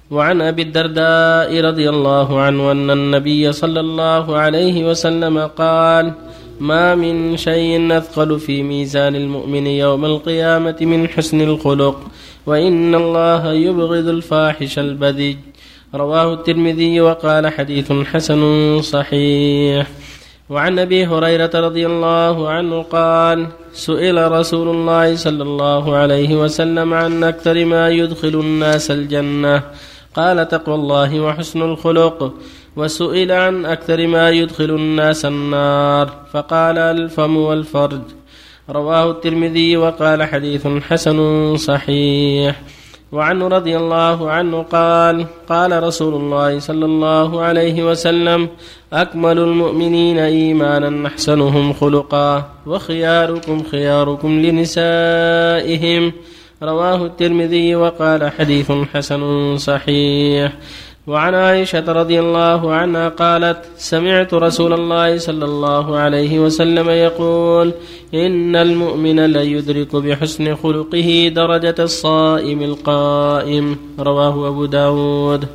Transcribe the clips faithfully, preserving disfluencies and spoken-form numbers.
وعن أبي الدرداء رضي الله عنه أن النبي صلى الله عليه وسلم قال: ما من شيء أثقل في ميزان المؤمن يوم القيامة من حسن الخلق، وإن الله يبغض الفاحش البذيء. رواه الترمذي وقال: حديث حسن صحيح. وعن أبي هريرة رضي الله عنه قال: سئل رسول الله صلى الله عليه وسلم عن أكثر ما يدخل الناس الجنة، قال: تقوى الله وحسن الخلق. وسئل عن أكثر ما يدخل الناس النار، فقال: الفم والفرج. رواه الترمذي وقال: حديث حسن صحيح. وعنه رضي الله عنه قال: قال رسول الله صلى الله عليه وسلم: أكمل المؤمنين إيمانا أحسنهم خلقا، وخياركم خياركم لنسائهم. رواه الترمذي وقال: حديث حسن صحيح. وعن عائشة رضي الله عنها قالت: سمعت رسول الله صلى الله عليه وسلم يقول: إن المؤمن ليدرك بحسن خلقه درجة الصائم القائم. رواه أبو داود.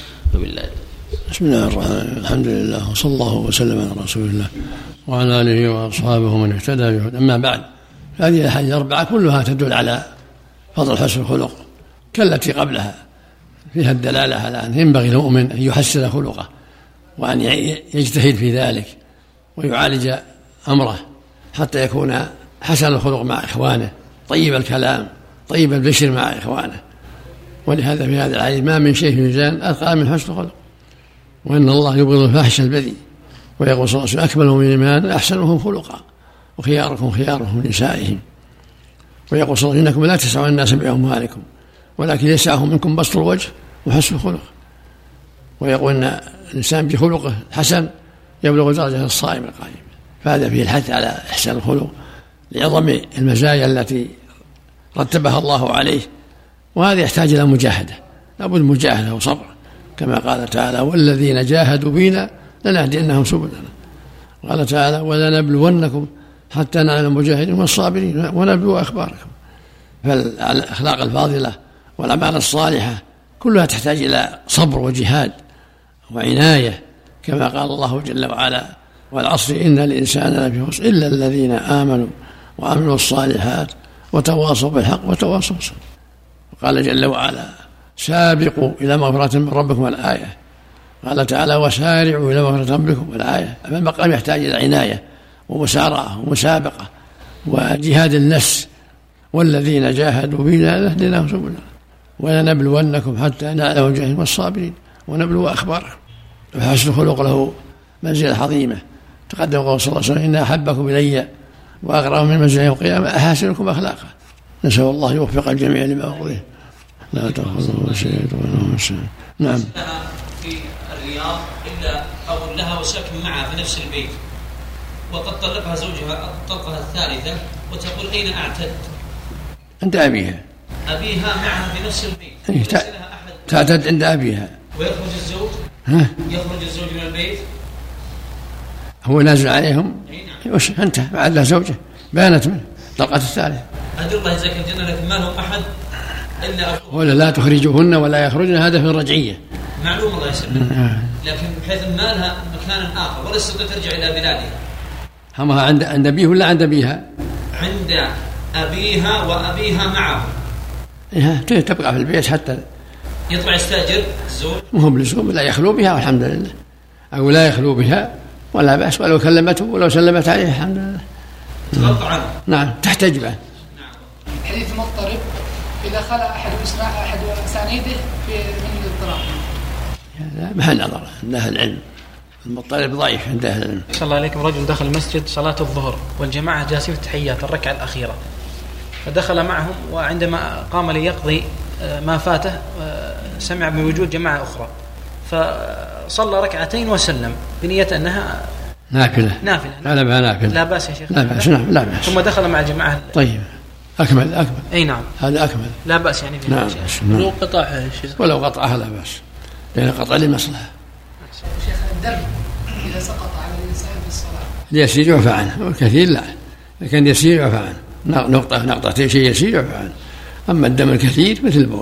بسم الله الرحمن الرحيم. الحمد لله وصلى الله وسلم على رسول الله وعلى آله وأصحابه من اهتدى بهداه. أما بعد، هذه الأحاديث الأربعة كلها تدل على فضل حسن الخلق كالتي قبلها، فيها الدلالة على أن ينبغي المؤمن أن يحسن خلقه وأن يجتهد في ذلك ويعالج أمره حتى يكون حسن الخلق مع إخوانه، طيب الكلام، طيب البشر مع إخوانه. ولهذا في هذا الحديث: ما من شيء في الميزان أثقل من حسن الخلق، وإن الله يبغض الفاحش البذيء. ويقول صلى الله عليه وسلم: أكمل من الإيمان أحسنهم خلقا، وخياركم خيارهم لنسائهم. ويقول صلى الله عليه وسلم: إنكم لا تسعون الناس بأموالكم، ولكن يسعهم منكم بسط الوجه وحسن الخلق. ويقول ان الانسان بخلقه حسن يبلغ درجه الصائم القائم. فهذا فيه الحث على احسان الخلق لعظم المزايا التي رتبها الله عليه، وهذا يحتاج الى مجاهده، لابد مجاهده وصبر، كما قال تعالى: والذين جاهدوا بنا لنهدينهم سبلنا. قال تعالى: ولنبلونكم حتى نعلم المجاهدين والصابرين ونبلو اخباركم. فالاخلاق الفاضله والأعمال الصالحة كلها تحتاج إلى صبر وجهاد وعناية، كما قال الله جل وعلا: والعصر إن الإنسان لفي خسر إلا الذين آمنوا وعملوا الصالحات وتواصوا بالحق وتواصوا بالصبر. وقال جل وعلا: سابقوا إلى مغفرة من ربكم الآية. قال تعالى: وسارعوا إلى مغفرة ربكم الآية. فالمقام يحتاج إلى عناية ومسارعة ومسابقة وجهاد النفس. والذين جاهدوا بنا لنهدينهم سبلنا ولنبلونكم حتى نعلم المجاهدين والصابرين ونبلو أخبارهم. فحسن الخلق له منزلة عظيمة. تقدم قول صلى الله عليه وسلم: إن أحبكم إلي وأقرب من منزل يوم القيامة أحاسنكم أخلاقا. نسأل الله يوفق الجميع لما أقوله. لا تأخذوا شيء ولا شيء. نعم. في الرياض إلا أو لها وسكن معها في نفس البيت، وقد طلقها زوجها الطلقة الثالثة، وتقول: أين أعتد؟ عند أبيها. أبيها معها في نفس البيت. تعتد عند أبيها. ويخرج الزوج؟ ها؟ يخرج الزوج من البيت؟ هو نازل عليهم. وش انتهى ما عاد له زوجه، بانت منه طلقة الثالثة. أدل الله إذا كان جنة، لكن ما لهم أحد إلا أبوه. ولا لا تخرجوهن ولا يخرجن، هذا في الرجعية. معلوم الله يسلمك. لكن بحيث ما لها مكان آخر ولا تستطيع ترجع إلى بلادها. همها عند عند أبيه ولا عند أبيها؟ عند أبيها وأبيها معه. إيه تبقى في البيت حتى يطلع يستأجر الزوج. مهم لزوم لا يخلو بها والحمد لله، أو لا يخلو بها ولا بأس، ولو كلمته ولو سلمت عليه الحمد لله. تغطى عنه. نعم تحتج به. نعم. حديث مضطرب إذا خلع أحد أحد أسانيده من الاضطراب. هذا محل نظر عند أهل العلم. المضطرب ضعيف عند أهل العلم. صلى الله عليكم. رجل دخل المسجد صلاة الظهر والجماعة جالسين في التحيات الركعة الأخيرة، فدخل معهم، وعندما قام ليقضي ما فاته سمع بوجود جماعة أخرى، فصلى ركعتين وسلم بنية أنها نافلة. نافلة. لا بها نافلة. لا بأس يا شيخ. لا بأس. نعم لا بأس. ثم دخل مع الجماعة. طيب أكمل أكمل. أي نعم. هذا أكمل. لا بأس يعني في نعم. نعم. ولو قطعها يا شيخ. ولو قطعها لا بأس، لأن قطع لمصلحة. شيخ الدم إذا سقط على الإنسان في الصلاة يسير يعفى عنه، والكثير لا، لكن يسير يعفى عنه. نقطة نقطتين شيء يسير يعفى عنه. أما الدم الكثير مثل البول.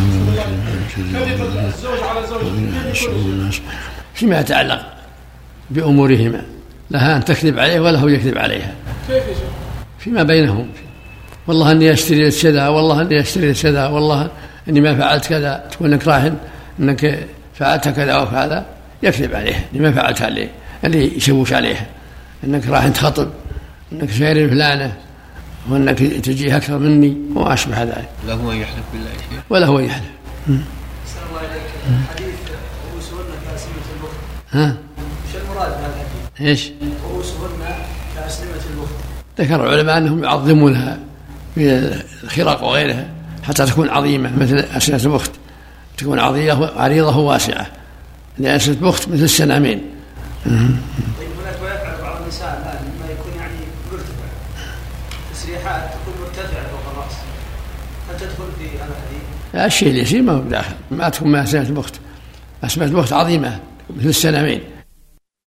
فيما يتعلق بأمورهما لها أن تكذب عليه ولا هو يكذب عليها فيما بينهم، والله أني أشتري كذا، والله أني أشتري كذا، والله أني ما فعلت كذا، تكون انك راهن أنك فعلت كذا وكذا، يكذب عليها أني ما فعلت عليه، اللي يشوش عليها أنك راهن تخطب، أنك شاير فلانة، وأنك تجي أكثر مني وما أشبه ذلك. لا هو يحلف بالله شيء ولا هو يحلف. أسأل الله عليك حديث رؤوسهن كأسنمة البخت. ها؟ وش المراد من هذا الحديث؟ إيش؟ رؤوسهن كأسنمة البخت. ذكر العلماء أنهم يعظمونها بالخرق وغيرها حتى تكون عظيمة مثل أسنمة البخت، تكون عريضة عريضة وواسعة، لأن أسنمة البخت مثل السنامين. طيب هناك ويفعل بعض النساء الآن مما يكون يعني مرتفع، تسريحات تكون مرتفعة فوق الرأس، هل تدخل في هذا الحديث؟ الشيء اللي يصير ما هو داخل، ما تكون ما أسنمة البخت، أسنمة البخت عظيمة مثل السنامين.